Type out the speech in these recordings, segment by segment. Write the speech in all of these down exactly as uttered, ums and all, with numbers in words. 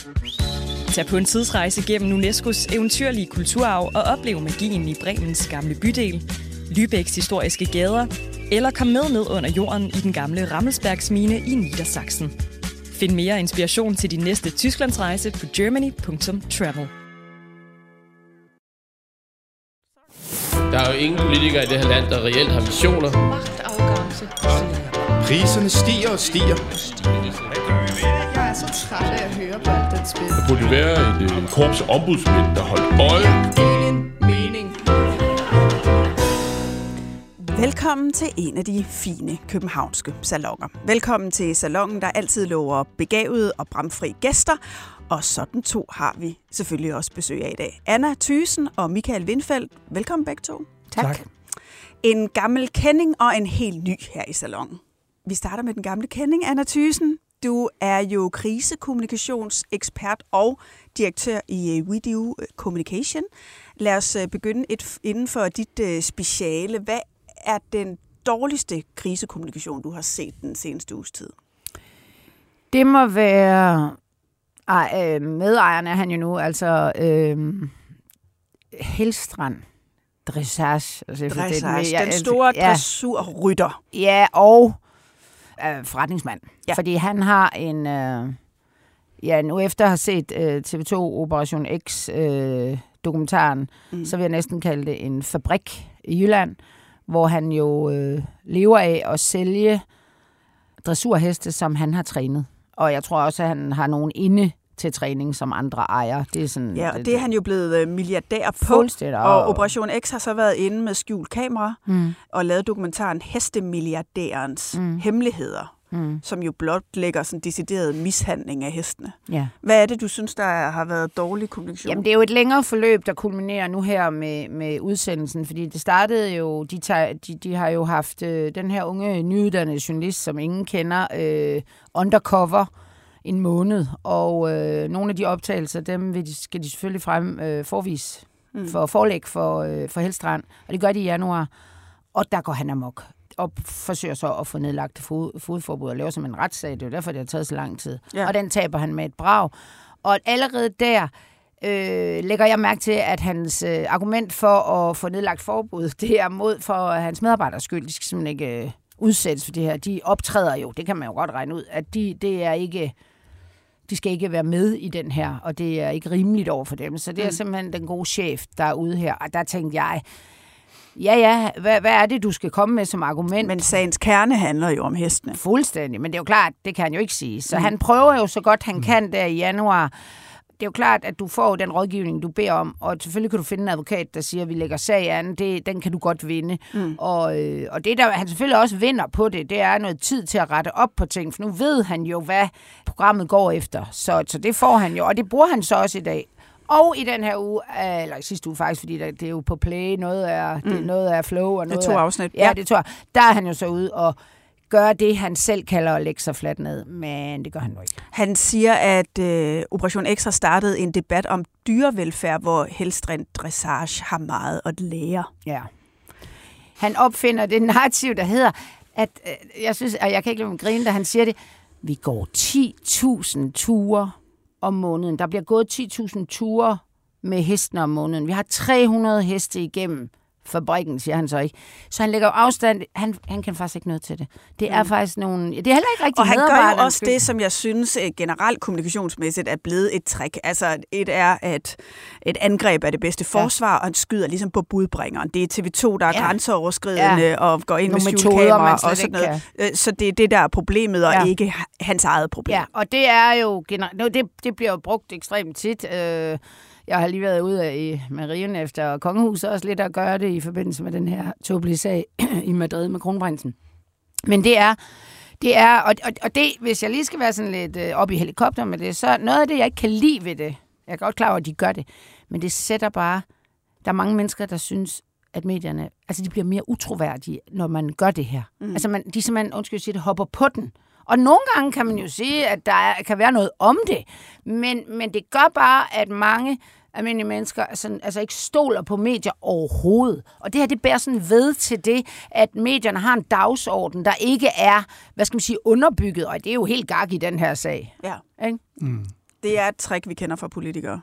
Tag på en tidsrejse gennem UNESCO's eventyrlige kulturarv og oplev magien i Bremens gamle bydel, Lübecks historiske gader, eller kom med ned under jorden i den gamle Rammelsbergsmine i Niedersachsen. Find mere inspiration til din næste Tysklandsrejse på germany punktum travel. Der er jo ingen politikere i det her land, der reelt har visioner. Magtafgangse. Priserne stiger og stiger. Jeg er så træt af at høre på alt det spil. Der burde jo være et, et korps ombudsmænd, der holdt øje. Ingen mening. Velkommen til en af de fine københavnske salonger. Velkommen til salongen, der altid lover begavede og bramfri gæster. Og sådan to har vi selvfølgelig også besøg af i dag. Anna Thyssen og Michael Windfeldt. Velkommen begge to. Tak. tak. En gammel kending og en helt ny her i salongen. Vi starter med den gamle kending, Anna Thyssen. Du er jo krisekommunikationsekspert og direktør i WeDo Communication. Lad os begynde et, inden for dit speciale. Hvad er den dårligste krisekommunikation, du har set den seneste uges tid? Det må være... Ej, medejerne er han jo nu, altså øh, Hellstrand Dressage. Altså, Dressage, det, jeg, den store ja, dressurrytter. Ja, og øh, forretningsmand. Ja. Fordi han har en... Øh, ja, nu efter at have set øh, T V to Operation X øh, dokumentaren, mm. så vil jeg næsten kalde det en fabrik i Jylland, hvor han jo øh, lever af at sælge dressurheste, som han har trænet. Og jeg tror også, at han har nogen inde til træning, som andre ejer. Det er sådan, ja, og det, det er han jo blevet milliardær på. Fuldstændig. Og Operation X har så været inde med skjult kamera mm. og lavet dokumentaren Hestemilliardærens mm. hemmeligheder, mm. som jo blot lægger sådan decideret mishandling af hestene. Ja. Hvad er det, du synes, der har været dårlig kommunikation? Jamen, det er jo et længere forløb, der kulminerer nu her med, med udsendelsen, fordi det startede jo, de, tager, de, de har jo haft øh, den her unge nyuddannede journalist, som ingen kender, øh, undercover en måned, og øh, nogle af de optagelser, dem vil de, skal de selvfølgelig frem øh, forvise mm. for forlæg for, øh, for Hellstrand, og det gør de i januar, og der går han amok og forsøger så at få nedlagt fod, fodforbud og lave som en retssag. Det er jo derfor, det har taget så lang tid. Ja. Og den taber han med et brag. Og allerede der øh, lægger jeg mærke til, at hans øh, argument for at få nedlagt forbud, det er mod for hans medarbejders skyld. De skal simpelthen ikke øh, udsættes for det her. De optræder jo, det kan man jo godt regne ud, at de, det er ikke... De skal ikke være med i den her, og det er ikke rimeligt over for dem. Så det er simpelthen den gode chef, der er ude her. Og der tænkte jeg, ja, ja, hvad, hvad er det, du skal komme med som argument? Men sagens kerne handler jo om hestene. Fuldstændig, men det er jo klart, det kan han jo ikke sige. Så mm. han prøver jo så godt, han kan der i januar. Det er jo klart, at du får den rådgivning, du beder om, og selvfølgelig kan du finde en advokat, der siger, at vi lægger sag an, det, den kan du godt vinde. Mm. Og, øh, og det, der han selvfølgelig også vinder på det, det er noget tid til at rette op på ting, for nu ved han jo, hvad programmet går efter. Så, så det får han jo, og det bruger han så også i dag. Og i den her uge, eller sidste uge faktisk, fordi det er jo på play, noget er, mm. det, noget er flow. Og noget det er to afsnit. Er, ja, det er to. Der er han jo så ude og gør det, han selv kalder at lægge sig fladt ned, men det gør han jo ikke. Han siger, at øh, Operation X har startet en debat om dyrevelfærd, hvor Hellstrand Dressage har meget at lære. Ja. Han opfinder det narrativ, der hedder, at øh, jeg synes, og jeg kan ikke lade mig grine, da han siger det, vi går ti tusind ture om måneden. Der bliver gået ti tusind ture med hestene om måneden. Vi har tre hundrede heste igennem fabrikken, siger han så ikke. Så han lægger afstand. Han, han kan faktisk ikke noget til det. Det er mm. faktisk nogle... Det er heller ikke rigtig og han gør jo også det, som jeg synes generelt kommunikationsmæssigt er blevet et trick. Altså, et er, at et angreb er det bedste forsvar, ja. Og han skyder ligesom på budbringeren. Det er T V to, der er ja. grænseoverskridende ja. Og går ind nogle med skjulkamera og sådan noget. Kan. Så det er det, der er problemet, og ja. Ikke hans eget problem. Ja, og det er jo... Gener- det, det bliver jo brugt ekstremt tit. Øh, Jeg har lige været ude i Marien efter kongehuset, også lidt at gøre det i forbindelse med den her tåbelige sag i Madrid med kronprinsen. Men det er, det er og, og, og det, hvis jeg lige skal være sådan lidt øh, op i helikopter med det, så noget af det, jeg ikke kan lide ved det, jeg er godt klar over, at de gør det, men det sætter bare, der er mange mennesker, der synes, at medierne, altså de bliver mere utroværdige, når man gør det her. Mm. Altså man, de simpelthen, undskyld sige det, hopper på den. Og nogle gange kan man jo sige, at der er, kan være noget om det, men, men det gør bare, at mange almindelige mennesker altså, altså ikke stoler på medier overhovedet. Og det her, det bærer sådan ved til det, at medierne har en dagsorden, der ikke er, hvad skal man sige, underbygget, og det er jo helt gak i den her sag. Ja. Ikke? Mm. Det er et trick, vi kender fra politikere.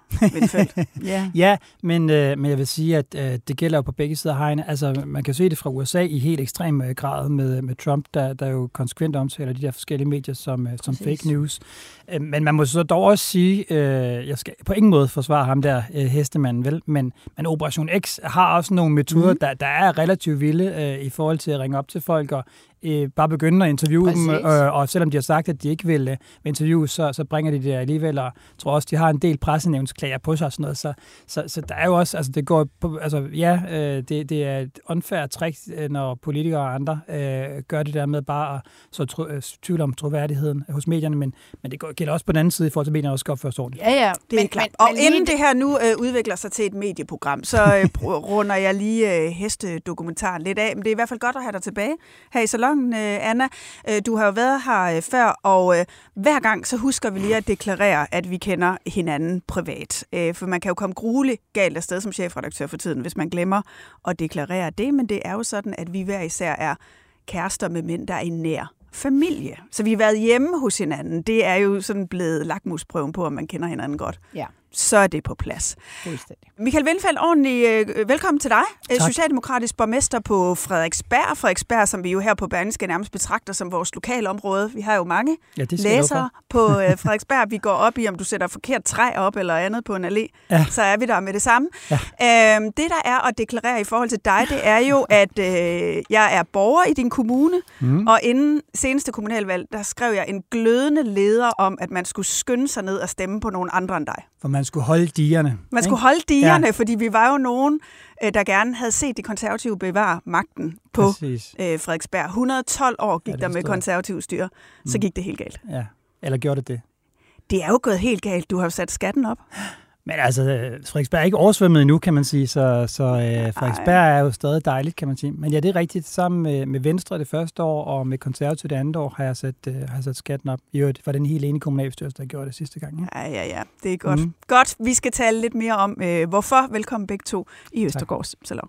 ja. ja, men, øh, men jeg vil sige, at øh, det gælder jo på begge sider af hegnet. Altså, man kan se det fra U S A i helt ekstrem øh, grad med, med Trump, der, der jo konsekvent omtaler de der forskellige medier som, øh, som fake news. Øh, men man må så dog også sige, øh, jeg skal på ingen måde forsvare ham der, øh, hestemanden, vel? Men, men Operation X har også nogle metoder, mm. der, der er relativt vilde øh, i forhold til at ringe op til folk og øh, bare begynde at interviewe Præcis. dem, øh, og selvom de har sagt, at de ikke vil øh, interviewe, så, så bringer de det alligevel, og jeg tror også, de har en del pressenævnsklager på sig og sådan noget, så, så, så der er jo også, altså det går på, altså ja, øh, det, det er et unfair trick, når politikere og andre øh, gør det der med bare at så tro, øh, tvivle om troværdigheden hos medierne, men, men det gælder også på den anden side i forhold til medierne, også skal opføre sig ordentligt. Ja, ja, det er men, klart. Men, og men inden det her nu øh, udvikler sig til et medieprogram, så øh, runder jeg lige øh, hestedokumentaren lidt af, men det er i hvert fald godt at have dig tilbage her i salongen, øh, Anna. Øh, du har jo været her øh, før, og øh, hver gang så husker vi lige at deklarere, at vi kender hinanden privat. Øh, for man kan jo komme grueligt galt afsted som chefredaktør for tiden, hvis man glemmer at deklarere det, men det er jo sådan, at vi hver især er kærester med mænd, der er i nær familie. Så vi har været hjemme hos hinanden. Det er jo sådan blevet lakmusprøven på, om man kender hinanden godt. Ja. Så er det på plads. Fuldstændig. Michael Vindfeldt, ordentlig øh, velkommen til dig. Tak. Socialdemokratisk borgmester på Frederiksberg. Frederiksberg, som vi jo her på Berlingske nærmest betragter som vores lokalområde. Vi har jo mange ja, læsere på øh, Frederiksberg. Vi går op i, om du sætter forkert træ op eller andet på en allé. Ja. Så er vi der med det samme. Ja. Øhm, det, der er at deklarere i forhold til dig, det er jo, at øh, jeg er borger i din kommune. Mm. Og inden seneste kommunalvalg, der skrev jeg en glødende leder om, at man skulle skynde sig ned og stemme på nogen andre end dig. For man skulle holde digerne. Man skulle holde digerne, ja. Fordi vi var jo nogen, der gerne havde set de konservative bevare magten på øh, Frederiksberg. et hundrede og tolv år gik ja, der med konservativ styre, mm. så gik det helt galt. Ja, eller gjorde det det? Det er jo gået helt galt. Du har jo sat skatten op. Men altså, Frederiksberg er ikke oversvømmet endnu, kan man sige, så, så øh, Frederiksberg er jo stadig dejligt, kan man sige. Men ja, det er rigtigt. Sammen med, med Venstre det første år, og med Konservative det andet år, har jeg sat, øh, har jeg sat skatten op. I øvrigt var den helt ene kommunalbestyrelse, der gjorde det sidste gang. Ja, ja, ja. ja. Det er godt. Mm. Godt, vi skal tale lidt mere om, øh, hvorfor. Velkommen begge to i Østergaards Salon.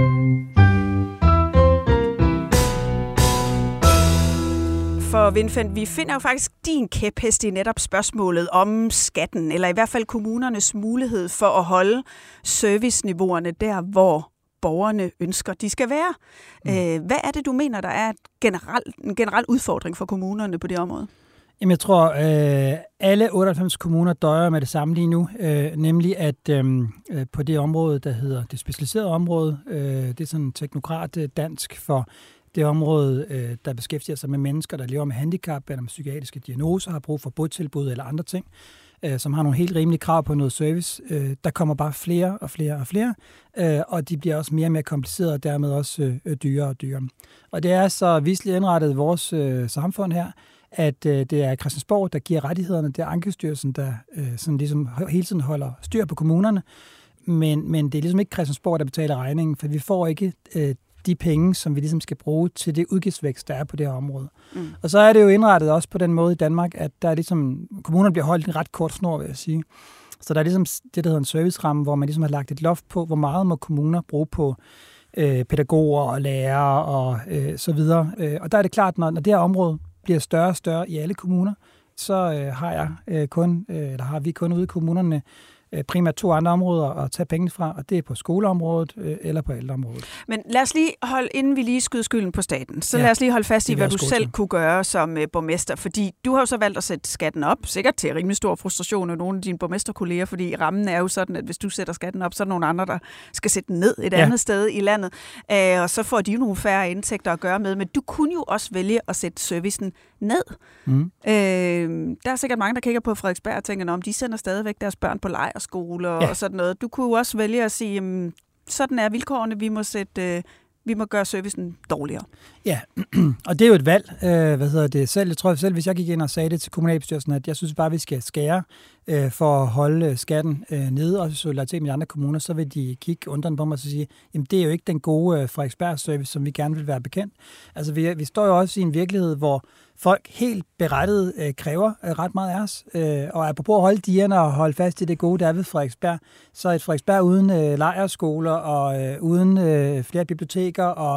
For Vindfeldt, vi finder jo faktisk din kæphest i netop spørgsmålet om skatten, eller i hvert fald kommunernes mulighed for at holde serviceniveauerne der, hvor borgerne ønsker, de skal være. Mm. Hvad er det, du mener, der er et generel, en generel udfordring for kommunerne på det område? Jamen, jeg tror, øh, alle otteoghalvfems kommuner døjer med det samme lige nu, øh, nemlig at øh, på det område, der hedder det specialiserede område, øh, det er sådan teknokrat dansk for det område, øh, der beskæftiger sig med mennesker, der lever med handicap eller med psykiatriske diagnoser, har brug for botilbud eller andre ting, øh, som har nogle helt rimelige krav på noget service. Øh, der kommer bare flere og flere og flere, øh, og de bliver også mere og mere komplicerede, og dermed også øh, dyrere og dyrere. Og det er så visligt indrettet i vores øh, samfund her, at øh, det er Christiansborg, der giver rettighederne, det er Ankestyrelsen, der øh, sådan ligesom hele tiden holder styr på kommunerne, men, men det er ligesom ikke Christiansborg, der betaler regningen, for vi får ikke øh, de penge, som vi ligesom skal bruge til det udgiftsvækst, der er på det her område. Mm. Og så er det jo indrettet også på den måde i Danmark, at der er ligesom, kommunerne bliver holdt i en ret kort snor, vil jeg sige. Så der er ligesom det, der hedder en serviceramme, hvor man ligesom har lagt et loft på, hvor meget må kommuner bruge på øh, pædagoger og lærere og øh, så videre. Øh, og der er det klart, når, når det her område bliver større og større i alle kommuner, så øh, har jeg øh, kun, øh, eller har vi kun ude i kommunerne primært to andre områder at tage pengene fra, og det er på skoleområdet øh, eller på ældreområdet. Men lad os lige holde, inden vi lige skyder skylden på staten, så ja, lad os lige holde fast i, hvad du selv kunne gøre som øh, borgmester, fordi du har jo så valgt at sætte skatten op, sikkert til rimelig stor frustration af nogle af dine borgmesterkolleger, fordi rammen er jo sådan, at hvis du sætter skatten op, så er der nogle andre, der skal sætte den ned et ja. andet sted i landet, øh, og så får de jo nogle færre indtægter at gøre med, men du kunne jo også vælge at sætte servicen ned. Mm. Øh, der er sikkert mange, der kigger på Frederiksberg og tænker, om de sender stadigvæk deres børn på lejrskole og, ja. og sådan noget. Du kunne jo også vælge at sige, jamen, sådan er vilkårene, vi må sætte, øh, vi må gøre servicen dårligere. Ja, og det er jo et valg. Øh, hvad hedder det selv? Jeg tror selv, hvis jeg gik ind og sagde det til kommunalbestyrelsen, at jeg synes bare, vi skal skære øh, for at holde skatten øh, nede, og solidaritet med de andre kommuner, så vil de kigge undrende på mig og sige, jamen det er jo ikke den gode øh, Frederiksberg-service, som vi gerne vil være bekendt. Altså vi, vi står jo også i en virkelighed, hvor folk helt berettet øh, kræver øh, ret meget af os. Øh, og apropos at holde digerne og holde fast i det gode, der er ved Frederiksberg, så et Frederiksberg uden øh, lejrskoler og øh, uden øh, flere biblioteker og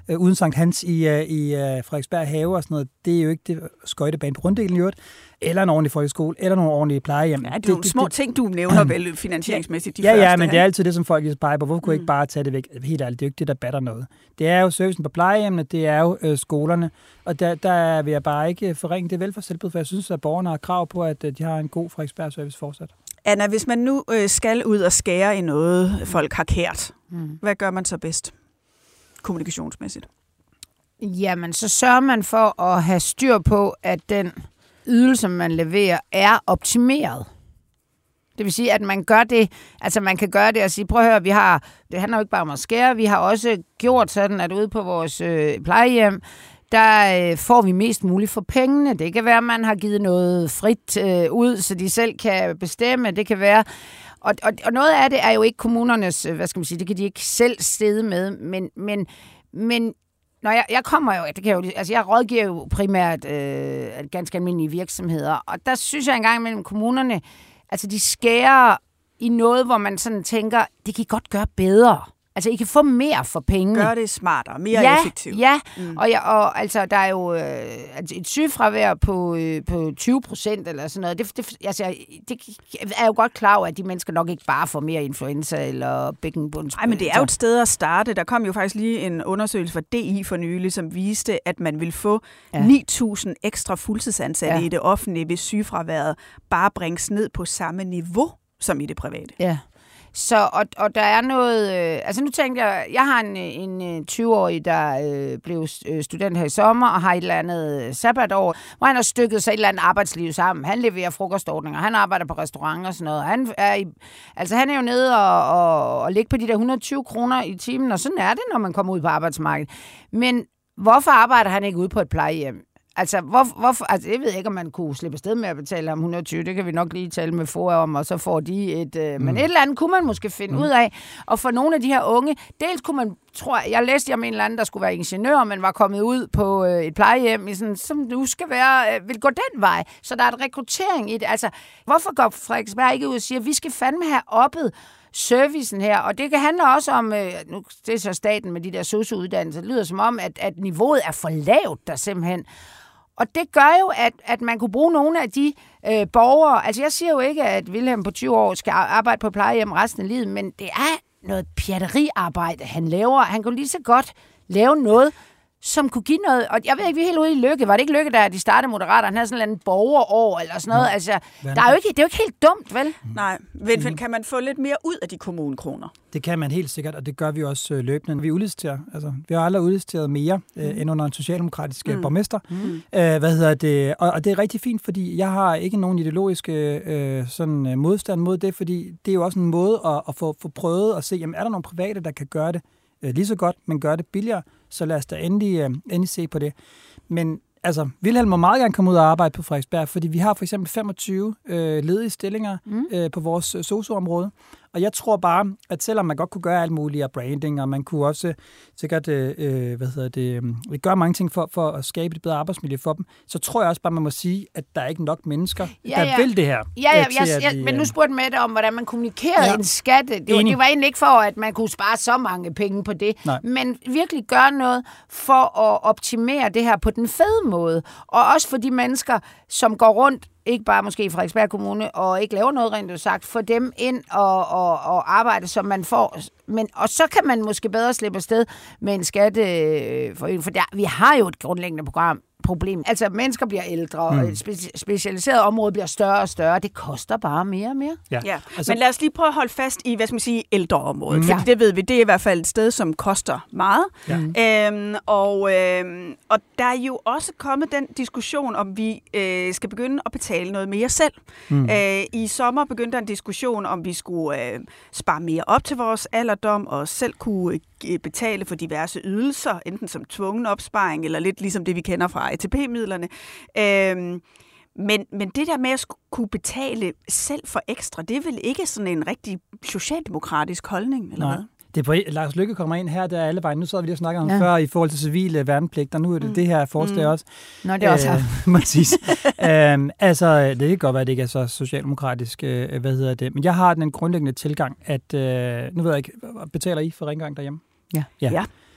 øh, uden Sankt Hans i, øh, i øh, Frederiksberg Have og sådan noget. Det er jo ikke det skøjtebane på runddelen i øvrigt, eller en ordentlig folkeskole, eller nogle ordentlige plejehjem. Ja, det er nogle små ting, du nævner vel finansieringsmæssigt de ja, første. Ja, men her. det er altid det, som folk peger på. Hvorfor kunne mm. ikke bare tage det væk? Helt ærligt, det er jo ikke det, der batter noget. Det er jo servicen på plejehjemmene, det er jo øh, skolerne, og der, der vil jeg bare ikke forringe det velfærdstilbud, for jeg synes, at borgerne har krav på, at de har en god Frederiksberg-service fortsat. Anna, hvis man nu øh, skal ud og skære i noget, folk har kært, mm. hvad gør man så bedst kommunikationsmæssigt? Jamen, så sørger man for at have styr på, at den ydelse, man leverer, er optimeret. Det vil sige, at man gør det, altså man kan gøre det og sige, prøv at høre, vi har, det handler jo ikke bare om at skære, vi har også gjort sådan, at ude på vores øh, plejehjem, der øh, får vi mest muligt for pengene. Det kan være, at man har givet noget frit øh, ud, så de selv kan bestemme. Det kan være, og, og, og noget af det er jo ikke kommunernes, hvad skal man sige, det kan de ikke selv stede med, men, men, men når jeg, jeg kommer jo, det kan jo, altså jeg rådgiver jo primært øh, ganske almindelige virksomheder, og der synes jeg engang mellem kommunerne, altså de skærer i noget, hvor man sådan tænker, det kan I godt gøre bedre. Altså, I kan få mere for penge. Gør det smartere, mere ja, effektivt. Ja, mm. og, ja og altså, der er jo øh, et sygefravær på, øh, på tyve procent eller sådan noget. Det, det, altså, det er jo godt klar over, at de mennesker nok ikke bare får mere influenza eller bækkenbundsprøjter. Nej, men det er jo et sted at starte. Der kom jo faktisk lige en undersøgelse fra D I for nylig, som viste, at man vil få ja. ni tusind ekstra fuldtidsansatte ja. i det offentlige, hvis sygefraværet bare bringes ned på samme niveau som i det private. Ja. Så, og, og der er noget, øh, altså nu tænkte jeg, jeg har en, en tyve-årig, der øh, blev student her i sommer, og har et eller andet sabbatår, hvor han har stykket sig et eller andet arbejdsliv sammen. Han leverer frokostordninger, han arbejder på restauranter og sådan noget. Han er, i, altså han er jo nede og, og, og ligger på de der et hundrede og tyve kroner i timen, og sådan er det, når man kommer ud på arbejdsmarkedet. Men hvorfor arbejder han ikke ude på et plejehjem? Altså, hvor, hvorfor, altså, jeg ved ikke, om man kunne slippe afsted med at betale ham et hundrede og tyve. Det kan vi nok lige tale med F O A om, og så får de et... Øh, mm. Men et eller andet kunne man måske finde mm. ud af. Og for nogle af de her unge, dels kunne man, tror jeg, jeg læste om en eller anden, der skulle være ingeniør, men var kommet ud på øh, et plejehjem, i sådan, som nu skal være, øh, vil gå den vej. Så der er et rekruttering i det. Altså, hvorfor går Frederiksberg ikke ud og siger, at vi skal fandme have oppet servicen her, og det kan handle også om, øh, nu det er så staten med de der sosu-uddannelser, det lyder som om, at, at niveauet er for lavt der simpelthen. Og det gør jo, at, at man kunne bruge nogle af de øh, borgere, altså jeg siger jo ikke, at Wilhelm på tyve år skal arbejde på plejehjem resten af livet, men det er noget pjatteriarbejde, han laver. Han kunne lige så godt lave noget, som kunne give noget, og jeg ved ikke, vi er helt ude i Lykke. Var det ikke Lykke, der de startede Moderater? Han havde sådan en eller anden borgerår eller sådan noget. Altså, der er jo ikke, det er jo ikke helt dumt, vel? Nej, men kan man få lidt mere ud af de kommunekroner? Det kan man helt sikkert, og det gør vi også øh, løbende. Vi udliciterer. Altså, vi har aldrig udliciteret mere øh, mm. end under en socialdemokratisk mm. borgmester. Mm. Øh, hvad hedder det? Og, og det er rigtig fint, fordi jeg har ikke nogen ideologiske øh, sådan, øh, modstand mod det, fordi det er jo også en måde at, at få, få prøvet at se, jamen, er der nogle private, der kan gøre det øh, lige så godt, men gøre det billigere, så lad os da endelig, øh, endelig se på det. Men altså, Wilhelm må meget gerne komme ud og arbejde på Frederiksberg, fordi vi har for eksempel femogtyve øh, ledige stillinger mm. øh, på vores øh, sosu-område. Og jeg tror bare, at selvom man godt kunne gøre alt muligt af branding, og man kunne også sikkert øh, hvad hedder det, øh, gøre mange ting for, for at skabe et bedre arbejdsmiljø for dem, så tror jeg også bare, man må sige, at der er ikke nok mennesker, ja, der ja. vil det her. Ja, ja, øh, jeg, jeg, men nu spurgte Mette om, hvordan man kommunikerede ja. en skat. Det, det var egentlig ikke for, at man kunne spare så mange penge på det, Nej. men virkelig gøre noget for at optimere det her på den fede måde. Og også for de mennesker, som går rundt, ikke bare måske i Frederiksberg Kommune, og ikke laver noget rent sagt, få dem ind og, og, og arbejde, som man får. Men, og så kan man måske bedre slippe afsted med en skatteforøgelse, for der, vi har jo et grundlæggende program, problem. Altså, mennesker bliver ældre, mm. og et speci- specialiseret område bliver større og større. Det koster bare mere og mere. Ja. Ja. Altså, men lad os lige prøve at holde fast i, hvad skal man sige, ældreområdet. Mm. For ja. det ved vi, det er i hvert fald et sted, som koster meget. Ja. Øhm, og, øhm, og der er jo også kommet den diskussion, om vi øh, skal begynde at betale noget mere selv. Mm. Øh, I sommer begyndte der en diskussion, om vi skulle øh, spare mere op til vores alderdom, og selv kunne øh, betale for diverse ydelser, enten som tvungen opsparing, eller lidt ligesom det, vi kender fra A T P-midlerne. Øhm, men, men det der med at kunne betale selv for ekstra, det er vel ikke sådan en rigtig socialdemokratisk holdning, eller Nej. hvad? Det er på, Lars Løkke kommer ind her, der er alle vejen. Nu så vi lige og snakker om ja. før i forhold til civile værnepligt, og nu er det mm. det her forslag mm. også. Nå, det er også her. øhm, altså, det kan godt være, at det ikke er så socialdemokratisk, øh, hvad hedder det. Men jeg har den grundlæggende tilgang, at, øh, nu ved jeg ikke, betaler I for rengøring derhjemme? Ja. Ja. ja.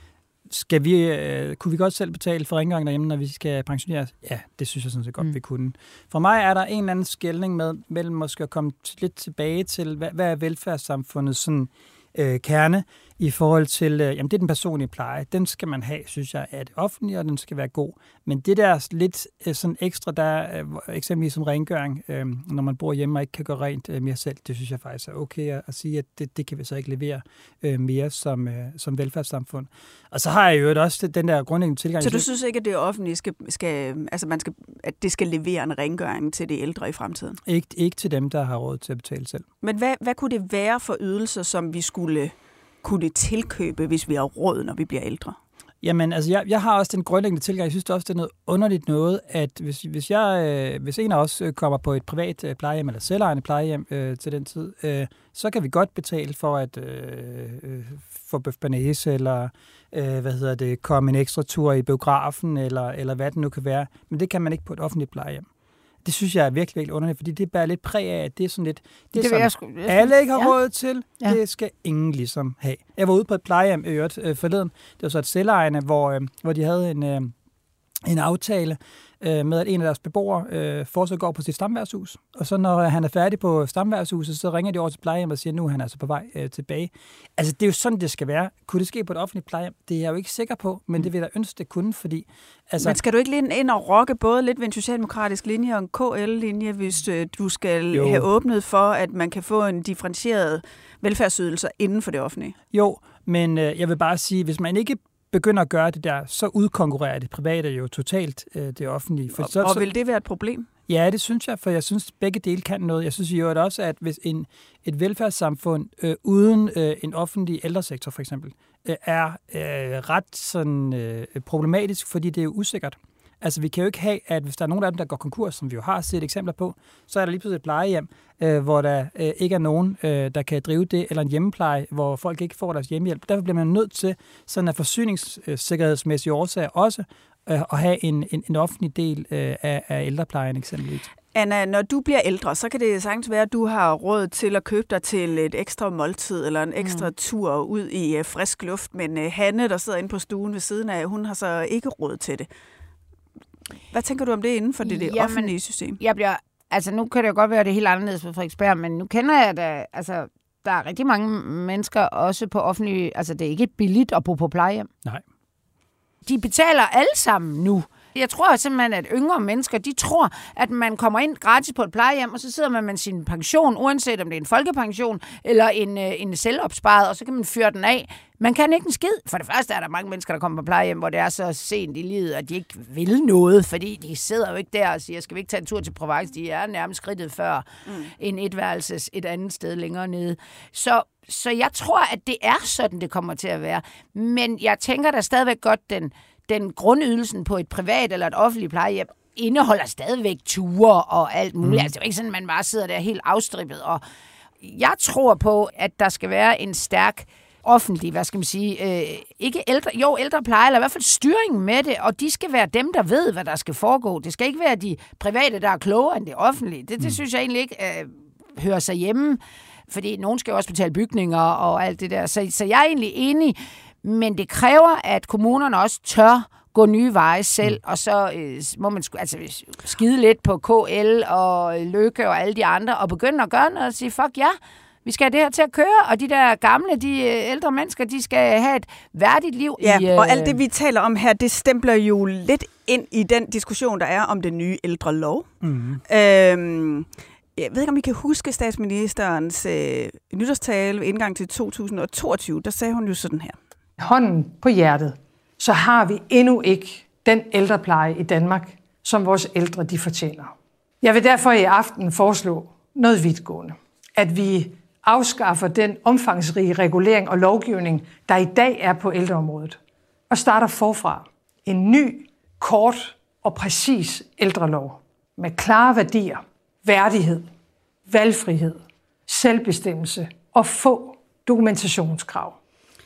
skal vi, øh, kunne vi godt selv betale for rengøring derhjemme, når vi skal pensioneres? Ja, det synes jeg sådan set godt, mm. vi kunne. For mig er der en eller anden skelning med, mellem måske at komme lidt tilbage til, hvad, hvad er velfærdssamfundet sådan øh, kerne i forhold til, øh, jamen det er den personlige pleje. Den skal man have, synes jeg, af det offentlige, og den skal være god. Men det der lidt øh, sådan ekstra, der øh, eksempelvis som rengøring, øh, når man bor hjemme og ikke kan gøre rent øh, mere selv, det synes jeg faktisk er okay at, at sige, at det, det kan vi så ikke levere øh, mere som, øh, som velfærdssamfund. Og så har jeg jo også den der grundlæggende tilgang. Så du synes ikke, at det offentlige skal, skal, altså man skal, at det skal levere en rengøring til de ældre i fremtiden? Ikke, ikke til dem, der har råd til at betale selv. Men hvad, hvad kunne det være for ydelser, som vi skulle kunne tilkøbe, hvis vi har råd, når vi bliver ældre? Jamen, altså, jeg, jeg har også den grundlæggende tilgang. Jeg synes det også, det er noget underligt noget, at hvis, hvis, jeg, øh, hvis en af os kommer på et privat øh, plejehjem, eller selvejende plejehjem øh, til den tid, øh, så kan vi godt betale for at øh, øh, få bøf banæse, eller øh, hvad hedder det, komme en ekstra tur i biografen, eller, eller hvad det nu kan være. Men det kan man ikke på et offentligt plejehjem. Det synes jeg er virkelig, virkelig underligt, fordi det er bare lidt præg af, at det er sådan lidt, det, det som jeg sku, jeg alle ikke har ja. råd til, ja. det skal ingen ligesom have. Jeg var ude på et plejehjem i øvrigt øh, forleden, det var så et selvejende, hvor, øh, hvor de havde en, øh, en aftale øh, med, at en af deres beboere øh, fortsat går på sit stamværtshus, og så når han er færdig på stamværtshuset, så ringer de over til plejehjem og siger, nu er han altså på vej øh, tilbage. Altså, det er jo sådan, det skal være. Kunne det ske på et offentligt plejehjem? Det er jeg jo ikke sikker på, men det vil jeg ønske, det kunne, fordi... Altså, men skal du ikke lige ind og rokke både lidt ved en socialdemokratisk linje og en K L-linje, hvis øh, du skal jo. have åbnet for, at man kan få en differentieret velfærdsydelser inden for det offentlige? Jo, men øh, jeg vil bare sige, hvis man ikke begynder at gøre det der, så udkonkurrerer det private jo totalt øh, det offentlige. For og, så, og vil det være et problem? Ja, det synes jeg, for jeg synes, begge dele kan noget. Jeg synes jo også, at hvis en, et velfærdssamfund øh, uden øh, en offentlig ældresektor for eksempel, øh, er øh, ret sådan, øh, problematisk, fordi det er jo usikkert. Altså, vi kan jo ikke have, at hvis der er nogen af dem, der går konkurs, som vi jo har set eksempler på, så er der lige pludselig et plejehjem, øh, hvor der øh, ikke er nogen, øh, der kan drive det, eller en hjemmepleje, hvor folk ikke får deres hjemmehjælp. Derfor bliver man nødt til, sådan af forsyningssikkerhedsmæssige årsager også, øh, at have en, en, en offentlig del øh, af, af ældreplejen eksempelvis. Anna, når du bliver ældre, så kan det sagtens være, at du har råd til at købe dig til et ekstra måltid eller en ekstra mm. tur ud i uh, frisk luft, men uh, Hanne, der sidder inde på stuen ved siden af, hun har så ikke råd til det. Hvad tænker du om det inden for det, det Jamen, offentlige system? Jeg bliver, altså nu kan det jo godt være, at det er helt anderledes på Frederiksberg, men nu kender jeg da, altså der er rigtig mange mennesker også på offentlige, altså det er ikke billigt at bo på plejehjem. Nej. De betaler alle sammen nu. Jeg tror simpelthen, at yngre mennesker, de tror, at man kommer ind gratis på et plejehjem, og så sidder man med sin pension, uanset om det er en folkepension eller en, en selvopsparet, og så kan man fyre den af. Man kan ikke en skid. For det første er der mange mennesker, der kommer på plejehjem, hvor det er så sent i livet, at de ikke vil noget, fordi de sidder jo ikke der og siger, skal vi ikke tage en tur til Provence? De er nærmest skridtet før mm. en etværelses et andet sted længere nede. Så, så jeg tror, at det er sådan, det kommer til at være. Men jeg tænker da stadigvæk godt, den den grundydelsen på et privat eller et offentligt plejehjem indeholder stadigvæk ture og alt muligt. Mm. Altså, det er jo ikke sådan, at man bare sidder der helt afstrippet. Og jeg tror på, at der skal være en stærk offentlig, hvad skal man sige, øh, ikke ældre, jo ældrepleje, eller i hvert fald styring med det, og de skal være dem, der ved, hvad der skal foregå. Det skal ikke være de private, der er klogere end det offentlige. Det, det mm. synes jeg egentlig ikke øh, hører sig hjemme, fordi nogen skal jo også betale bygninger og alt det der. Så, så jeg er egentlig enig. Men det kræver, at kommunerne også tør gå nye veje selv, mm. og så øh, må man sk- altså, skide lidt på K L og Lykke og alle de andre, og begynde at gøre noget og sige, fuck ja, vi skal have det her til at køre, og de der gamle, de ældre mennesker, de skal have et værdigt liv. Ja, i, øh... og alt det, vi taler om her, det stempler jo lidt ind i den diskussion, der er om den nye ældrelov. Mm. Øhm, Jeg ved ikke, om I kan huske statsministerens øh, nytårstale ved indgang til to tusind og toogtyve. Der sagde hun jo sådan her. Hånden på hjertet, så har vi endnu ikke den ældrepleje i Danmark, som vores ældre de fortjener. Jeg vil derfor i aften foreslå noget vidtgående. At vi afskaffer den omfangsrige regulering og lovgivning, der i dag er på ældreområdet, og starter forfra en ny, kort og præcis ældrelov med klare værdier, værdighed, valgfrihed, selvbestemmelse og få dokumentationskrav.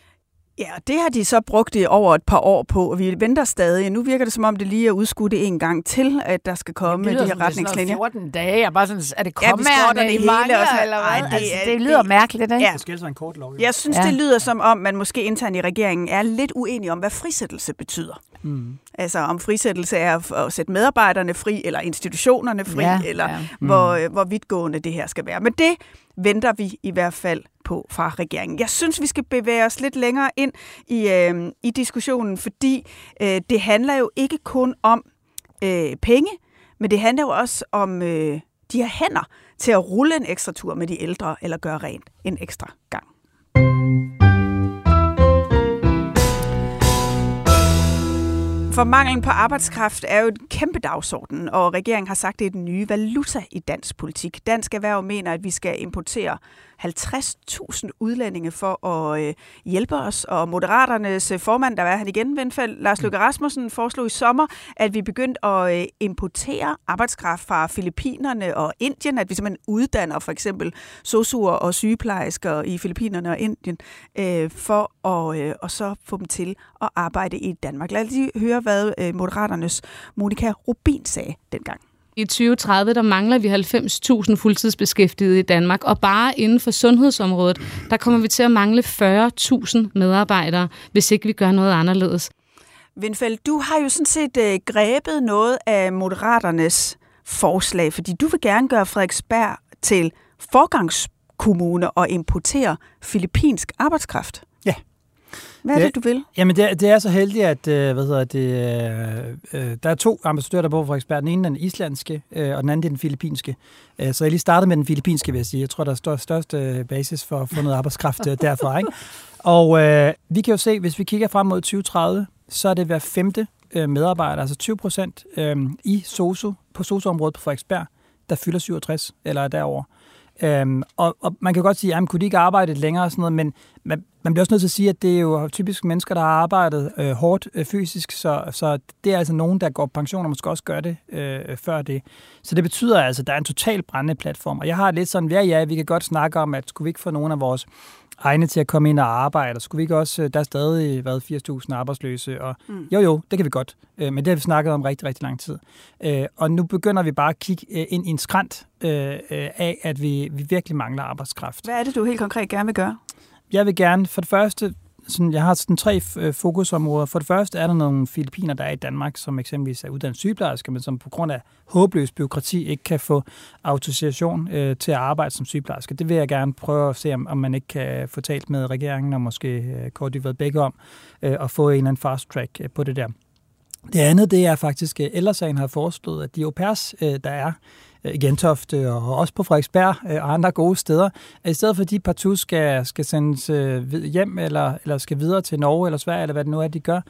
Ja, det har de så brugt det over et par år på, og vi venter stadig. Nu virker det, som om det lige er udskudt en gang til, at der skal komme de her retningslinjer. Det fjorten dage, og bare sådan, er det kommet ja, det hele, mange, eller hvad? Ej, det, altså, det lyder det, mærkeligt, ikke? Ja. Det skal altså en kort lov. Jeg synes, ja. det lyder som om, man måske internt i regeringen er lidt uenig om, hvad frisættelse betyder. Mm. Altså om frisættelse er at sætte medarbejderne fri, eller institutionerne fri, ja, eller ja. Mm. Hvor, hvor vidtgående det her skal være. Men det venter vi i hvert fald på fra regeringen. Jeg synes, vi skal bevæge os lidt længere ind i, øh, i diskussionen, fordi øh, det handler jo ikke kun om øh, penge, men det handler jo også om øh, de her hænder til at rulle en ekstra tur med de ældre, eller gøre rent en ekstra gang. For manglen på arbejdskraft er jo en kæmpe dagsorden, og regeringen har sagt, at det er den nye valuta i dansk politik. Dansk Erhverv mener, at vi skal importere halvtreds tusind udlændinge for at øh, hjælpe os, og Moderaternes formand, der var han igen, Vindfald, Lars Løkke Rasmussen, foreslog i sommer, at vi begyndte at øh, importere arbejdskraft fra Filippinerne og Indien, at vi simpelthen uddanner for eksempel sosuer og sygeplejersker i Filippinerne og Indien, øh, for at øh, og så få dem til at arbejde i Danmark. Lad os lige høre, hvad øh, Moderaternes Monika Rubin sagde dengang. I tyve tredive, der mangler vi halvfems tusind fuldtidsbeskæftigede i Danmark, og bare inden for sundhedsområdet, der kommer vi til at mangle fyrre tusind medarbejdere, hvis ikke vi gør noget anderledes. Vindfeldt, du har jo sådan set øh, grebet noget af Moderaternes forslag, fordi du vil gerne gøre Frederiksberg til forgangskommune og importere filippinsk arbejdskraft. Ja. Hvad er det, det du vil? Jamen, det er, det er så heldigt, at øh, hvad hedder det, øh, der er to ambassadører, der bor på Frederiksberg. Den ene er den islandske, øh, og den anden er den filippinske. Øh, så jeg lige startede med den filippinske, vil jeg sige. Jeg tror, der er største basis for at få noget arbejdskraft øh, derfra. Ikke? Og øh, vi kan jo se, hvis vi kigger frem mod tyve tredive, så er det hver femte øh, medarbejder, altså tyve procent øh, i sosu, på sosu-området på Frederiksberg, der fylder syvogtres eller derover. Øhm, og, og man kan godt sige, at kunne de ikke arbejde længere og sådan noget, men man, man bliver også nødt til at sige, at det er jo typisk mennesker, der har arbejdet øh, hårdt øh, fysisk, så, så det er altså nogen, der går på pension, og måske også gør det øh, før det. Så det betyder altså, at der er en total brændende platform. Og jeg har lidt sådan, ja, ja, vi kan godt snakke om, at skulle vi ikke få nogen af vores egne til at komme ind og arbejde, og skulle vi ikke også, der er stadig været firs tusind arbejdsløse, og mm. jo jo, det kan vi godt, men det har vi snakket om rigtig, rigtig lang tid. Og nu begynder vi bare at kigge ind i en skrant af, at vi, vi virkelig mangler arbejdskraft. Hvad er det, du helt konkret gerne vil gøre? Jeg vil gerne, for det første, sådan, jeg har sådan tre fokusområder. For det første er der nogle filippiner, der er i Danmark, som eksempelvis er uddannet sygeplejersker, men som på grund af håbløs byråkrati ikke kan få autorisation øh, til at arbejde som sygeplejerske. Det vil jeg gerne prøve at se, om, om man ikke kan få talt med regeringen og måske øh, Kåre Dybvad Bek om øh, at få en eller anden fast track øh, på det der. Det andet, det er faktisk, at Ældre Sagen har foreslået, at de au pairs, øh, der er i Gentofte og også på Frederiksberg og andre gode steder, at i stedet for, at de partout skal, skal sendes hjem eller, eller skal videre til Norge eller Sverige, eller hvad det nu er, de gør,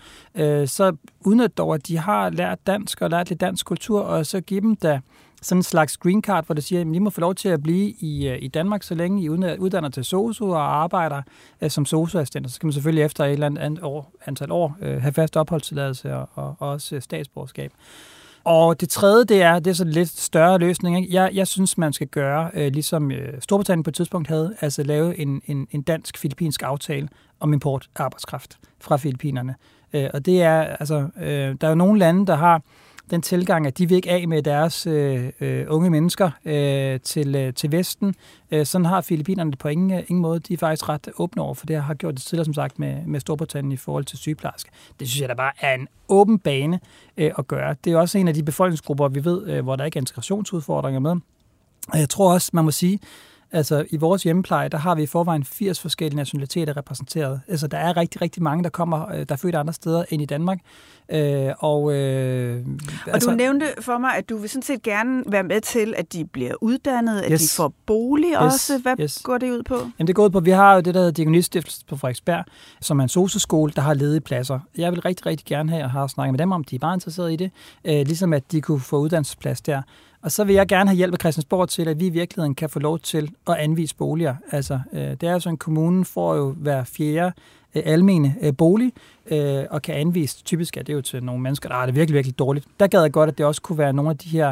så udnytter dog, at de har lært dansk og lært lidt dansk kultur, og så give dem da sådan en slags green card, hvor det siger, at I må få lov til at blive i, i Danmark, så længe I uddanner til sosu og arbejder som sosu-assistenter. Så skal man selvfølgelig efter et eller andet år, antal år have fast opholdstilladelse og, og, og også statsborgerskab. Og det tredje, det er, det er så lidt større løsning. Ikke? Jeg, jeg synes, man skal gøre, øh, ligesom øh, Storbritannien på et tidspunkt havde, altså lave en, en, en dansk-filippinsk aftale om import af arbejdskraft fra Filippinerne. Øh, og det er, altså, øh, der er jo nogle lande, der har den tilgang, at de vil ikke af med deres øh, øh, unge mennesker øh, til, øh, til Vesten. Øh, sådan har Filippinerne det på ingen, ingen måde. De er faktisk ret åbne over, for det har gjort det tidligere, som sagt, med, med Storbritannien i forhold til sygeplejersker. Det synes jeg da bare er en åben bane øh, at gøre. Det er også en af de befolkningsgrupper, vi ved, øh, hvor der ikke er integrationsudfordringer med. Og jeg tror også, man må sige, altså i vores hjemmepleje, der har vi i forvejen firs forskellige nationaliteter repræsenteret. Altså der er rigtig, rigtig mange, der kommer, der er født andre steder end i Danmark. Øh, og øh, og altså, du nævnte for mig, at du vil sådan set gerne være med til, at de bliver uddannet, at yes. de får bolig yes. også. Hvad yes. går det ud på? Jamen det går ud på, at vi har jo det, der hedder Diakoniststiftelsen på Frederiksberg, som er en sosu-skole, der har ledige pladser. Jeg vil rigtig, rigtig gerne have, og har snakket med dem om, de er bare interesserede i det, øh, ligesom at de kunne få uddannelsesplads der. Og så vil jeg gerne have hjælp af Christiansborg til, at vi i virkeligheden kan få lov til at anvise boliger. Altså, øh, det er jo sådan, at kommunen får jo hver fjerde øh, almene øh, bolig, øh, og kan anvise, typisk er det jo til nogle mennesker, der har det virkelig, virkelig dårligt. Der gad jeg godt, at det også kunne være nogle af de her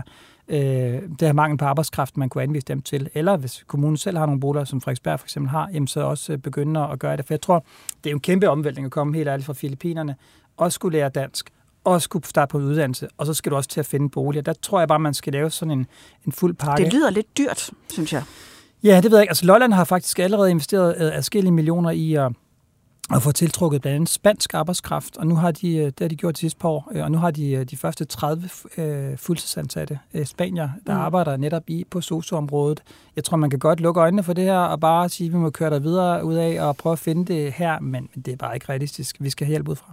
øh, det her mangel på arbejdskraft, man kunne anvise dem til. Eller hvis kommunen selv har nogle boliger, som Frederiksberg for eksempel har, jamen så også øh, begynde at gøre det. For jeg tror, det er jo en kæmpe omvæltning at komme helt ærligt fra Filippinerne, også skulle lære dansk, også skulle starte på en uddannelse, og så skal du også til at finde boliger. Der tror jeg bare, man skal lave sådan en, en fuld pakke. Det lyder lidt dyrt, synes jeg. Ja, det ved jeg ikke. Altså Lolland har faktisk allerede investeret adskillige millioner i at, at få tiltrukket blandt andet spansk arbejdskraft, og nu har de, det har de gjort de sidste par år, og nu har de de første tredive øh, fuldtidsansatte øh, spanier, der mm. arbejder netop i på sosu-området. Jeg tror, man kan godt lukke øjnene for det her, og bare sige, at vi må køre der videre ud af og prøve at finde det her, men det er bare ikke realistisk. Vi skal have hjælp udefra.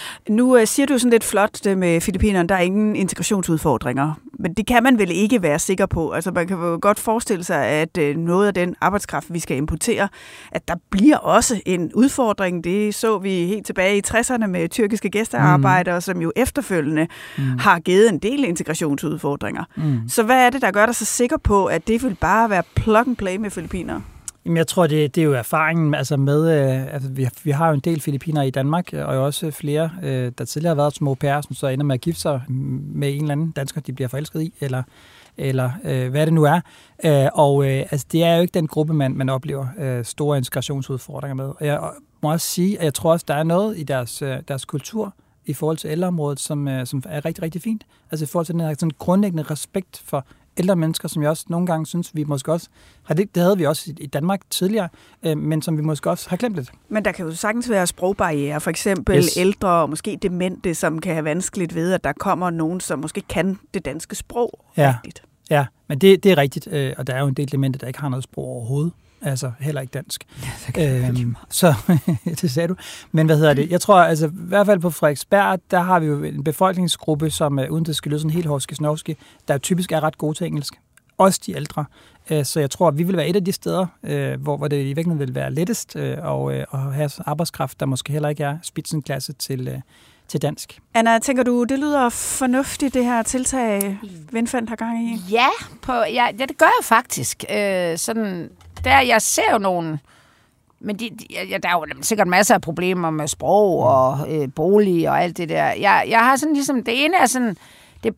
Nu uh, siger du sådan lidt flot det med Filippinerne, der er ingen integrationsudfordringer, men det kan man vel ikke være sikker på. Altså man kan jo godt forestille sig, at uh, noget af den arbejdskraft, vi skal importere, at der bliver også en udfordring. Det så vi helt tilbage i tresserne med tyrkiske gæstearbejdere, mm. som jo efterfølgende mm. har givet en del integrationsudfordringer. Mm. Så hvad er det, der gør dig så sikker på, at det vil bare være plug and play med filippinere? Jamen, jeg tror, det, det er jo erfaringen altså med, øh, altså, vi, vi har jo en del filippinere i Danmark, og jo også flere, øh, der tidligere har været som au pair, som så ender med at gifte sig med en eller anden dansker, de bliver forelsket i, eller, eller øh, hvad det nu er. Øh, og øh, altså, det er jo ikke den gruppe, man, man oplever øh, store integrationsudfordringer med. Og jeg må også sige, at jeg tror også, der er noget i deres, øh, deres kultur i forhold til ældreområdet, som, øh, som er rigtig, rigtig fint. Altså i forhold til den her sådan grundlæggende respekt for ældre mennesker, som jeg også nogle gange synes, vi måske også har det, det havde vi også i Danmark tidligere, øh, men som vi måske også har glemt lidt. Men der kan jo sagtens være sprogbarriere, for eksempel yes. ældre og måske demente, som kan have vanskeligt ved, at der kommer nogen, som måske kan det danske sprog ja. rigtigt. Ja, men det, det er rigtigt, øh, og der er jo en del demente, der ikke har noget sprog overhovedet. Altså heller ikke dansk. Ja, øhm, så det sagde du. Men hvad hedder det? Jeg tror, altså i hvert fald på Frederiksberg, der har vi jo en befolkningsgruppe, som uden det skal lyde sådan helt horske-snorske, der typisk er ret gode til engelsk. Også de ældre. Så jeg tror, at vi vil være et af de steder, hvor, hvor det i virkeligheden vil være lettest at, at have arbejdskraft, der måske heller ikke er spidsenklasse til, til dansk. Anna, tænker du, det lyder fornuftigt, det her tiltag, Vindfald har gang i? Ja, på, ja, ja det gør jeg faktisk. Øh, sådan... Der, jeg ser jo nogen, men de, de, ja, der er jo sikkert masser af problemer med sprog og øh, bolig og alt det der. Jeg, jeg har sådan ligesom, det ene er sådan, det,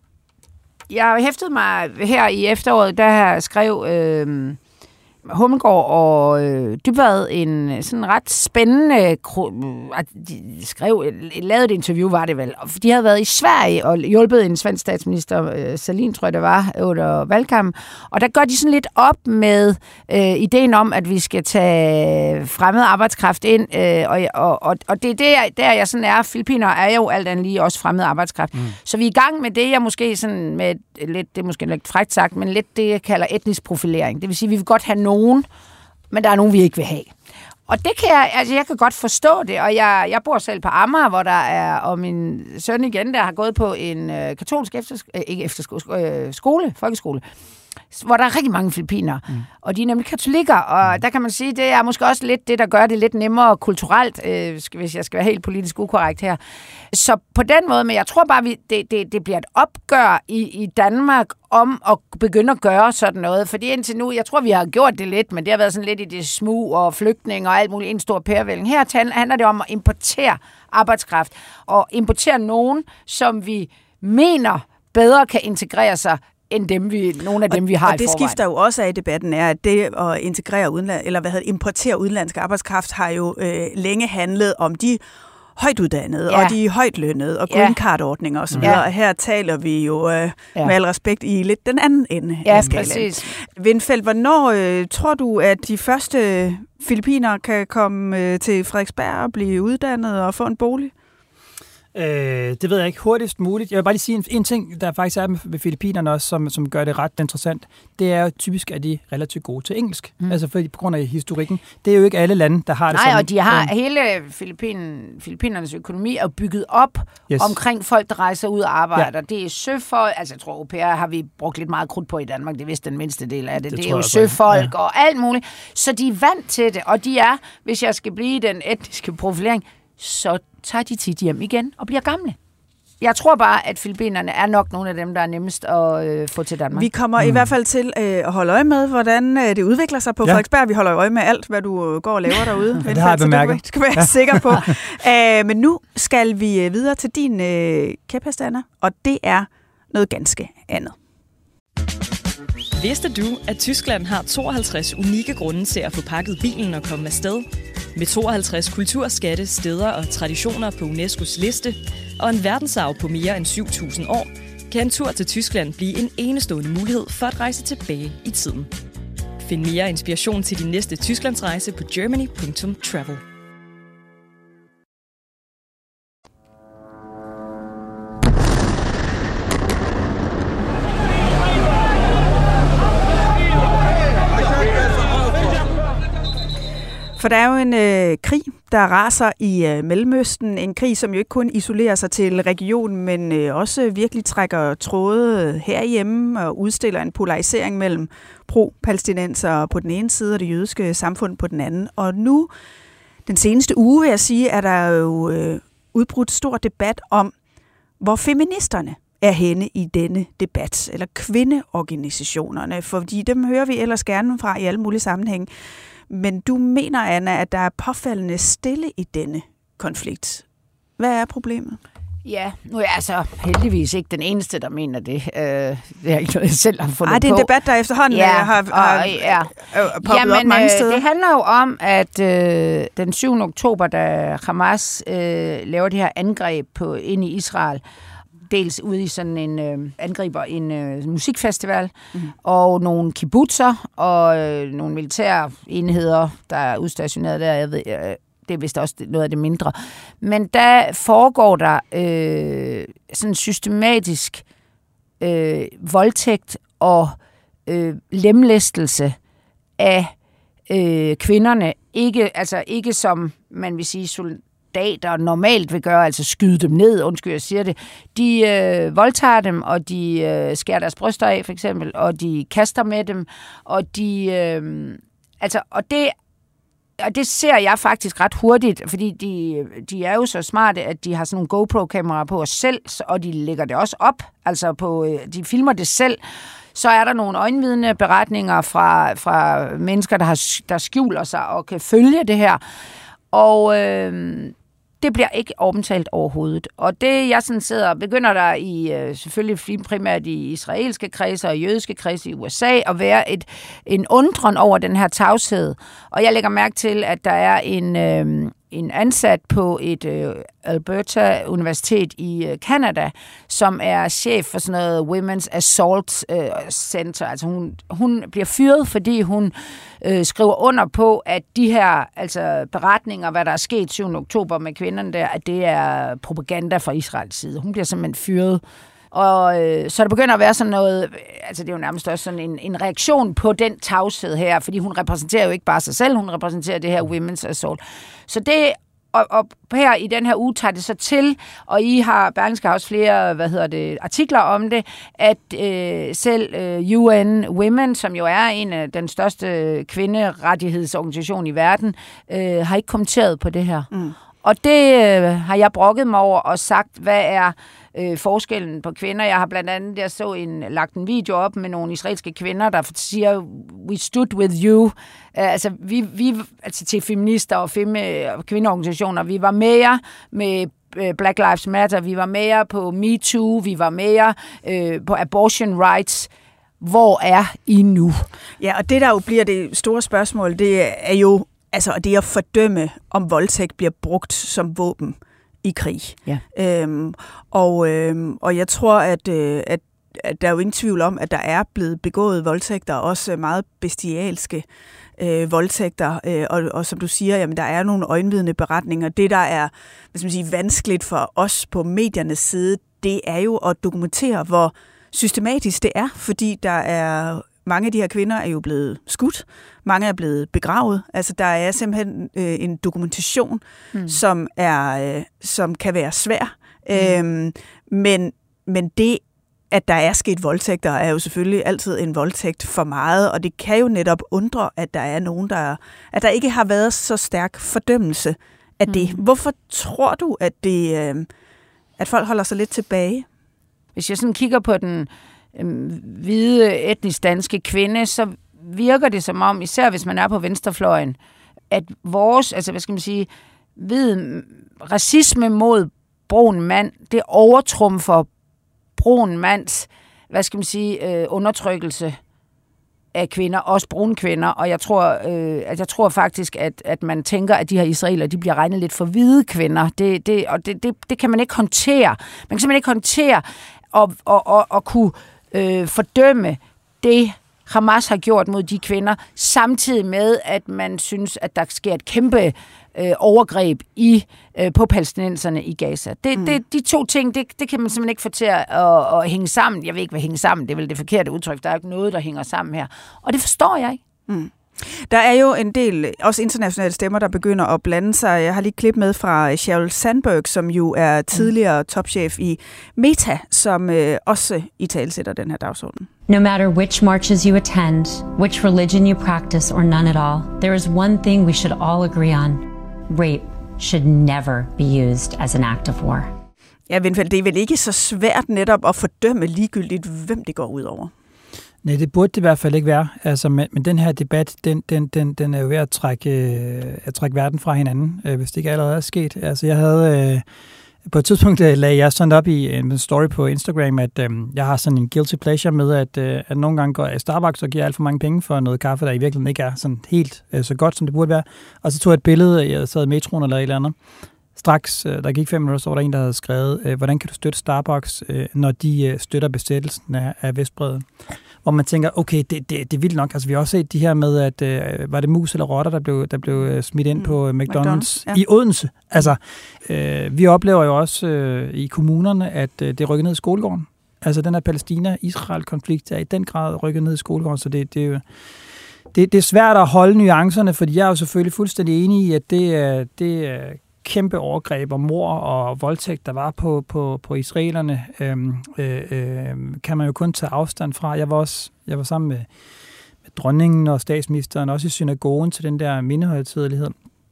jeg har hæftet mig her i efteråret, der har skrev øh, Hummelgaard og øh, Dybvad en sådan ret spændende, de skrev, lavede et interview, var det vel. De havde været i Sverige og hjulpet en svensk statsminister, øh, Salin tror jeg det var, under valgkampen. Og der gør de sådan lidt op med øh, ideen om, at vi skal tage fremmed arbejdskraft ind. Øh, og, og, og, og det er der, der jeg sådan er. Filippinere er jo alt andet lige også fremmed arbejdskraft. Mm. Så vi er i gang med det, jeg måske sådan med lidt, det er måske lidt frækt sagt, men lidt det, jeg kalder etnisk profilering. Det vil sige, vi vil godt have nogen, men der er nogen, vi ikke vil have. Og det kan jeg, altså jeg kan godt forstå det, og jeg, jeg bor selv på Amager, hvor der er, og min søn igen, der har gået på en øh, katolsk efterskole, øh, ikke efterskole, øh, skole, folkeskole, hvor der er rigtig mange filippinere, mm. og de er nemlig katolikker, og der kan man sige, det er måske også lidt det, der gør det lidt nemmere kulturelt, øh, hvis jeg skal være helt politisk ukorrekt her. Så på den måde, men jeg tror bare, vi, det, det, det bliver et opgør i, i Danmark om at begynde at gøre sådan noget, fordi indtil nu, jeg tror, vi har gjort det lidt, men det har været sådan lidt i det smug og flygtning og alt muligt, en stor pærevælling. Her handler det om at importere arbejdskraft, og importere nogen, som vi mener bedre kan integrere sig end dem, vi, nogle af dem, og, vi har og det skifter jo også af i debatten, er, at det at integrere udenland, eller hvad hedder, importere udenlandsk arbejdskraft har jo øh, længe handlet om de højtuddannede, ja. og de højtlønnede, og green card-ordninger osv. Ja. Og her taler vi jo øh, ja. med al respekt i lidt den anden ende ja, af skalaen. Præcis. Vindfeld, hvornår øh, tror du, at de første filippinere kan komme øh, til Frederiksberg og blive uddannet og få en bolig? Øh, det ved jeg ikke hurtigst muligt. Jeg vil bare lige sige en, en ting, der faktisk er med, med filippinerne også, som, som gør det ret interessant. Det er jo typisk, at de er relativt gode til engelsk. Mm. Altså fordi, på grund af historikken. Det er jo ikke alle lande, der har det Nej, sådan. og de har øh, hele Filippin, Filippinernes økonomi er bygget op yes. omkring folk, der rejser ud og arbejder. Ja. Det er søfolk, altså jeg tror, au pair har vi brugt lidt meget krudt på i Danmark. Det er vist den mindste del af det. Det, det er jo søfolk ja. og alt muligt. Så de er vant til det, og de er, hvis jeg skal blive den etniske profilering, så tager de tit hjem igen og bliver gamle. Jeg tror bare, at filippinerne er nok nogle af dem, der er nemmest at øh, få til Danmark. Vi kommer mm. i hvert fald til øh, at holde øje med, hvordan øh, det udvikler sig på ja. Frederiksberg. Vi holder øje med alt, hvad du øh, går og laver derude. Det har jeg bemærket. Det skal være ja. sikker på. Æh, men nu skal vi videre til din øh, kæphest, Anna, og det er noget ganske andet. Vidste du, at Tyskland har tooghalvtreds unikke grunde til at få pakket bilen og komme afsted? Med tooghalvtreds kulturskatte, steder og traditioner på UNESCO's liste og en verdensarv på mere end syv tusind år, kan en tur til Tyskland blive en enestående mulighed for at rejse tilbage i tiden. Find mere inspiration til din næste Tysklandsrejse på germany punktum travel. For der er jo en øh, krig, der raser i øh, Mellemøsten. En krig, som jo ikke kun isolerer sig til regionen, men øh, også virkelig trækker tråde herhjemme og udstiller en polarisering mellem pro-palæstinensere på den ene side og det jødiske samfund på den anden. Og nu, den seneste uge, vil jeg sige, er der jo øh, udbrudt stor debat om, hvor feministerne er henne i denne debat, eller kvindeorganisationerne, fordi dem hører vi ellers gerne fra i alle mulige sammenhænge. Men du mener, Anna, at der er påfaldende stille i denne konflikt. Hvad er problemet? Ja, nu er jeg altså heldigvis ikke den eneste, der mener det. Øh, det er ikke noget, jeg selv har fundet på. Ej, det er en debat, der efterhånden ja, har, har og, ja. poppet Jamen, op mange steder. Det handler jo om, at øh, den syvende oktober, da Hamas øh, laver det her angreb på, ind i Israel, dels ude i sådan en øh, angriber en øh, musikfestival, mm. og nogle kibbutzer og øh, nogle militære enheder, der er udstationeret der. Jeg ved, øh, det er vist også noget af det mindre. Men der foregår der øh, sådan systematisk øh, voldtægt og øh, lemlæstelse af øh, kvinderne. Ikke, altså ikke som man vil sige soldater normalt vil gøre, altså skyde dem ned, undskyld, jeg siger det. De øh, voldtager dem, og de øh, skærer deres bryster af, for eksempel, og de kaster med dem, og de... Øh, altså, og det Og det ser jeg faktisk ret hurtigt, fordi de, de er jo så smarte, at de har sådan nogle GoPro-kameraer på os selv, og de lægger det også op, altså på, de filmer det selv. Så er der nogle øjenvidne beretninger fra, fra mennesker, der, har, der skjuler sig og kan følge det her. Og øh, det bliver ikke omtalt overhovedet. Og det, jeg sådan sidder, begynder der i, selvfølgelig primært i israelske kredse og jødiske kredse i U S A, at være et, en undren over den her tavshed. Og jeg lægger mærke til, at der er en, øh, en ansat på et øh, Alberta Universitet i øh, Canada, som er chef for sådan noget Women's Assault øh, Center. Altså hun, hun bliver fyret, fordi hun øh, skriver under på, at de her altså beretninger, hvad der er sket syvende oktober med kvinderne der, at det er propaganda fra Israels side. Hun bliver simpelthen fyret. Og øh, så der begynder at være sådan noget, altså det er jo nærmest også sådan en, en reaktion på den tavshed her, fordi hun repræsenterer jo ikke bare sig selv, hun repræsenterer det her Women's Assault. Så det, og, og her i den her uge tager det så til, og I har, Berlingske har også flere, hvad hedder det, artikler om det, at øh, selv øh, U N Women, som jo er en af den største kvinderettighedsorganisation i verden, øh, har ikke kommenteret på det her. Mm. Og det øh, har jeg brokket mig over og sagt, hvad er øh, forskellen på kvinder. Jeg har blandt andet, jeg så en, lagt en video op med nogle israelske kvinder, der siger, we stood with you. Uh, altså, vi, vi, altså til feminister og femme, kvindeorganisationer, vi var med jer med Black Lives Matter, vi var med jer på MeToo, vi var med jer øh, på abortion rights. Hvor er I nu? Ja, og det der jo bliver det store spørgsmål, det er jo altså det at fordømme, om voldtægt bliver brugt som våben i krig. Ja. Øhm, og, øhm, og jeg tror, at, øh, at, at der er jo ingen tvivl om, at der er blevet begået voldtægter, også meget bestialske øh, voldtægter. Øh, og, og som du siger, jamen, der er nogle øjenvidne beretninger. Det, der er hvad skal man sige, vanskeligt for os på mediernes side, det er jo at dokumentere, hvor systematisk det er, fordi der er... Mange af de her kvinder er jo blevet skudt, mange er blevet begravet. Altså der er simpelthen øh, en dokumentation, mm. som er øh, som kan være svær. Mm. Øhm, men men det at der er sket voldtægter er jo selvfølgelig altid en voldtægt for meget, og det kan jo netop undre, at der er nogen der at der ikke har været så stærk fordømmelse af det. Mm. Hvorfor tror du at det øh, at folk holder sig lidt tilbage? Hvis jeg sådan kigger på den hvide, etnisk danske kvinde, så virker det som om, især hvis man er på venstrefløjen, at vores, altså hvad skal man sige, hvid racisme mod brun mand, det overtrumfer brun mands, hvad skal man sige, øh, undertrykkelse af kvinder, også brune kvinder, og jeg tror, øh, at jeg tror faktisk, at, at man tænker, at de her israeler, de bliver regnet lidt for hvide kvinder, det, det, og det, det, det kan man ikke håndtere. Man kan simpelthen ikke håndtere at, at, at, at kunne øh, fordømme det, Hamas har gjort mod de kvinder, samtidig med, at man synes, at der sker et kæmpe øh, overgreb i øh, på palæstinenserne i Gaza. Det, mm. det, de to ting, det, det kan man simpelthen ikke få til at, at, at hænge sammen. Jeg ved ikke, hvad hænge sammen, det er vel det forkerte udtryk. Der er ikke noget, der hænger sammen her. Og det forstår jeg ikke. Mm. Der er jo en del, også internationale stemmer, der begynder at blande sig. Jeg har lige et klip med fra Sheryl Sandberg, som jo er tidligere mm. topchef i Meta, som øh, også italesætter den her dagsorden. No matter which marches you attend, which religion you practice or none at all, there is one thing we should all agree on. Rape should never be used as an act of war. Ja, Windfeldt, det er vel ikke så svært netop at fordømme ligegyldigt, hvem det går ud over? Nej, det burde det i hvert fald ikke være. Altså, men, men den her debat, den, den, den, den er jo ved at trække, øh, at trække verden fra hinanden, øh, hvis det ikke allerede er sket. Altså, jeg havde... Øh, på et tidspunkt øh, lagde jeg sådan op i en story på Instagram, at øh, jeg har sådan en guilty pleasure med, at, øh, at nogle gange går jeg i Starbucks og giver alt for mange penge for noget kaffe, der i virkeligheden ikke er sådan helt øh, så godt, som det burde være. Og så tog jeg et billede, jeg sad i metroen eller et eller andet. Straks, øh, der gik fem minutter, så var der en, der havde skrevet, øh, hvordan kan du støtte Starbucks, øh, når de øh, støtter besættelsen af, af Vestbredden? Hvor man tænker, okay, det, det, det er vildt nok. Altså, vi har også set de her med, at øh, var det mus eller rotter, der blev, der blev smidt ind mm. på McDonald's, McDonald's ja. i Odense. Altså, øh, vi oplever jo også øh, i kommunerne, at øh, det rykker ned i skolegården. Altså, den her Palæstina-Israel-konflikt er i den grad rykket ned i skolegården, så det, det er jo... Det, det er svært at holde nuancerne, fordi jeg er jo selvfølgelig fuldstændig enig i, at det er... Det er kæmpe overgreb og mord og voldtægt, der var på, på, på israelerne, øhm, øh, øh, kan man jo kun tage afstand fra. Jeg var også jeg var sammen med, med dronningen og statsministeren, også i synagogen til den der mindehøjtidelighed.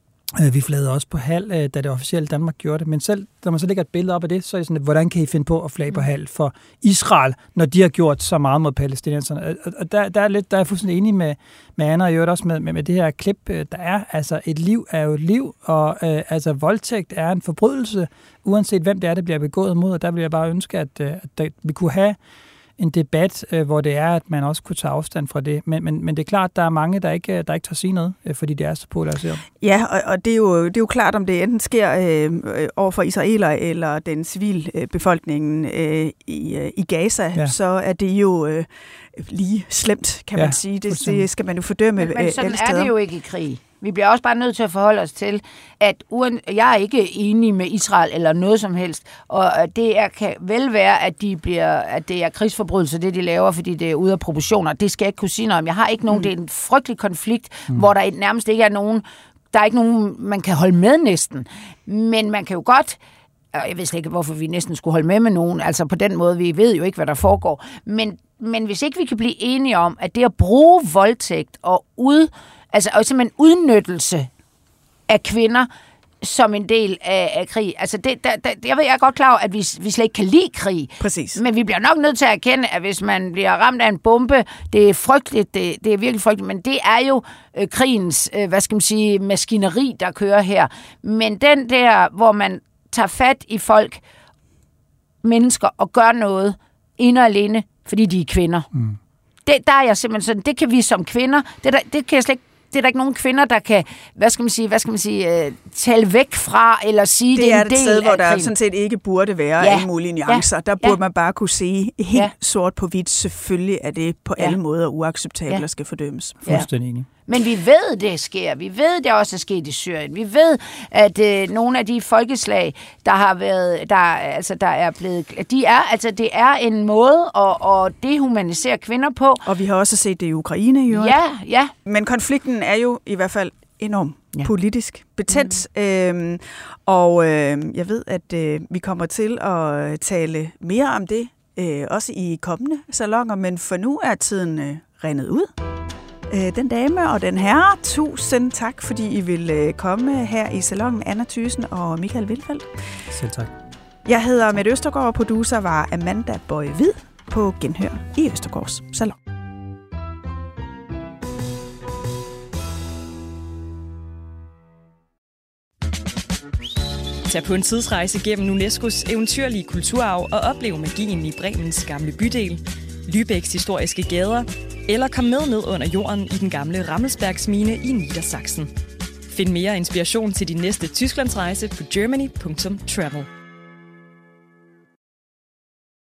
Vi flagede også på halv, da det officielle Danmark gjorde det. Men selv, når man så lægger et billede op af det, så er det sådan, hvordan kan I finde på at flage på halv for Israel, når de har gjort så meget mod palæstinenserne? Og der, der, er, lidt, der er jeg fuldstændig enig med, med Anna, og jeg også med, med, med det her klip, der er. Altså, et liv er jo et liv, og øh, altså, voldtægt er en forbrydelse, uanset hvem det er, det bliver begået mod. Og der vil jeg bare ønske, at, at, at vi kunne have en debat, øh, hvor det er, at man også kunne tage afstand fra det. Men, men, men det er klart, der er mange, der ikke, der ikke tør sige noget, øh, fordi det er så polariseret. Ja, og, og det, er jo, det er jo klart, om det enten sker øh, over for israeler eller den civile øh, befolkningen øh, i, øh, i Gaza, ja. Så er det jo øh, lige slemt, kan ja, man sige. Det, det skal man jo fordømme. Men, men sådan er det jo ikke i krig. Vi bliver også bare nødt til at forholde os til, at uen, jeg er ikke enig med Israel eller noget som helst, og det er, kan vel være, at, de bliver, at det er krigsforbrydelser, det de laver, fordi det er ude af proportioner. Det skal jeg ikke kunne sige noget om. Jeg har ikke nogen, mm. det er en frygtelig konflikt, mm. hvor der nærmest ikke er nogen, der er ikke nogen, man kan holde med næsten. Men man kan jo godt, jeg ved slet ikke, hvorfor vi næsten skulle holde med med nogen, altså på den måde, vi ved jo ikke, hvad der foregår. Men, men hvis ikke vi kan blive enige om, at det at bruge voldtægt og ud Altså og simpelthen udnyttelse af kvinder som en del af, af krig. Altså det, der, der, jeg ved, jeg er godt klar over, at vi, vi slet ikke kan lide krig. Præcis. Men vi bliver nok nødt til at erkende, at hvis man bliver ramt af en bombe, det er frygteligt, det, det er virkelig frygteligt, men det er jo øh, krigens, øh, hvad skal man sige, maskineri, der kører her. Men den der, hvor man tager fat i folk, mennesker, og gør noget inde og alene, fordi de er kvinder. Mm. Det, der er jeg simpelthen sådan, det kan vi som kvinder, det, der, det kan jeg slet ikke, det er der ikke nogen kvinder, der kan, hvad skal man sige, hvad skal man sige, uh, tale væk fra, eller sige, det, det er en del af Det er et sted, hvor der sådan set ikke burde være ja. alle mulige nuancer. Ja. Der burde ja. man bare kunne sige helt ja. sort på hvidt, selvfølgelig er det på ja. alle måder uacceptabelt ja. og skal fordømmes. Fuldstændig enig. Men vi ved, det sker. Vi ved, det også er sket i Syrien. Vi ved, at øh, nogle af de folkeslag, der har været, der, altså, der er blevet, de er, altså, det er en måde at, at dehumanisere kvinder på. Og vi har også set det i Ukraine, jo. Ja, ja. Men konflikten er jo i hvert fald enormt ja. politisk betændt. Mm. Øhm, og øh, jeg ved, at øh, vi kommer til at tale mere om det, øh, også i kommende salonger, men for nu er tiden øh, rendet ud. Den dame og den herre, tusind tak, fordi I vil komme her i salongen, Anna Thyssen og Michael Windfeldt. Selv tak. Jeg hedder Mette Østergaard, og producer var Amanda Bøje Hvid på Genhør i Østergaards Salon. Tag på en tidsrejse gennem UNESCO's eventyrlige kulturarv og oplev magien i Bremens gamle bydel. Lübecks historiske gader, eller kom med ned under jorden i den gamle Rammelsbergsmine i Niedersachsen. Find mere inspiration til din næste Tysklandsrejse på germany punktum travel.